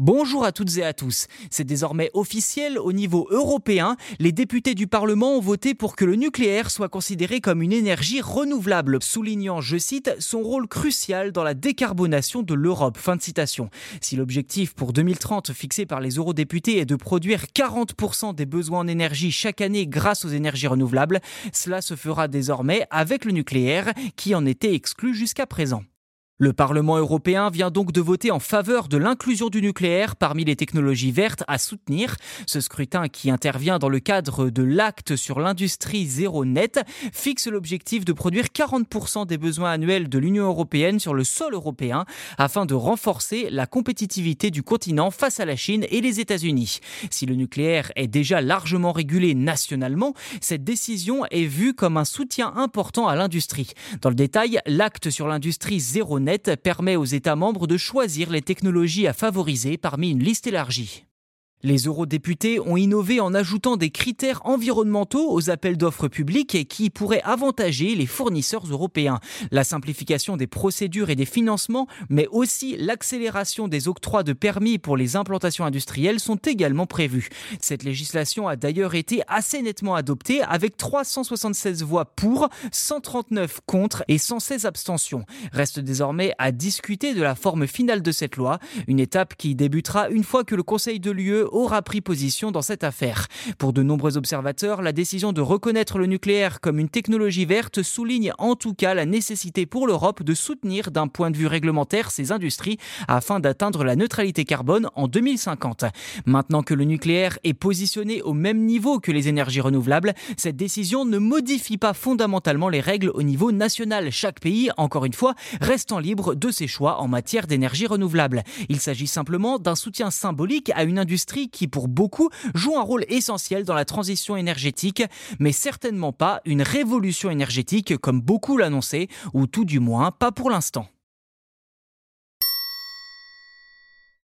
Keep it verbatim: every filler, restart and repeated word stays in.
Bonjour à toutes et à tous. C'est désormais officiel au niveau européen. Les députés du Parlement ont voté pour que le nucléaire soit considéré comme une énergie renouvelable, soulignant, je cite, son rôle crucial dans la décarbonation de l'Europe. Fin de citation. Si l'objectif pour deux mille trente fixé par les eurodéputés est de produire quarante pour cent des besoins en énergie chaque année grâce aux énergies renouvelables, cela se fera désormais avec le nucléaire qui en était exclu jusqu'à présent. Le Parlement européen vient donc de voter en faveur de l'inclusion du nucléaire parmi les technologies vertes à soutenir. Ce scrutin, qui intervient dans le cadre de l'acte sur l'industrie zéro net, fixe l'objectif de produire quarante pour cent des besoins annuels de l'Union européenne sur le sol européen afin de renforcer la compétitivité du continent face à la Chine et les États-Unis. Si le nucléaire est déjà largement régulé nationalement, cette décision est vue comme un soutien important à l'industrie. Dans le détail, l'acte sur l'industrie zéro net permet aux États membres de choisir les technologies à favoriser parmi une liste élargie. Les eurodéputés ont innové en ajoutant des critères environnementaux aux appels d'offres publics qui pourraient avantager les fournisseurs européens. La simplification des procédures et des financements, mais aussi l'accélération des octrois de permis pour les implantations industrielles sont également prévus. Cette législation a d'ailleurs été assez nettement adoptée avec trois cent soixante-seize voix pour, cent trente-neuf contre et cent seize abstentions. Reste désormais à discuter de la forme finale de cette loi, une étape qui débutera une fois que le Conseil de l'U E aura pris position dans cette affaire. Pour de nombreux observateurs, la décision de reconnaître le nucléaire comme une technologie verte souligne en tout cas la nécessité pour l'Europe de soutenir d'un point de vue réglementaire ces industries afin d'atteindre la neutralité carbone en deux mille cinquante. Maintenant que le nucléaire est positionné au même niveau que les énergies renouvelables, cette décision ne modifie pas fondamentalement les règles au niveau national. Chaque pays, encore une fois, restant libre de ses choix en matière d'énergie renouvelable. Il s'agit simplement d'un soutien symbolique à une industrie qui, pour beaucoup, joue un rôle essentiel dans la transition énergétique, mais certainement pas une révolution énergétique comme beaucoup l'annonçaient, ou tout du moins pas pour l'instant.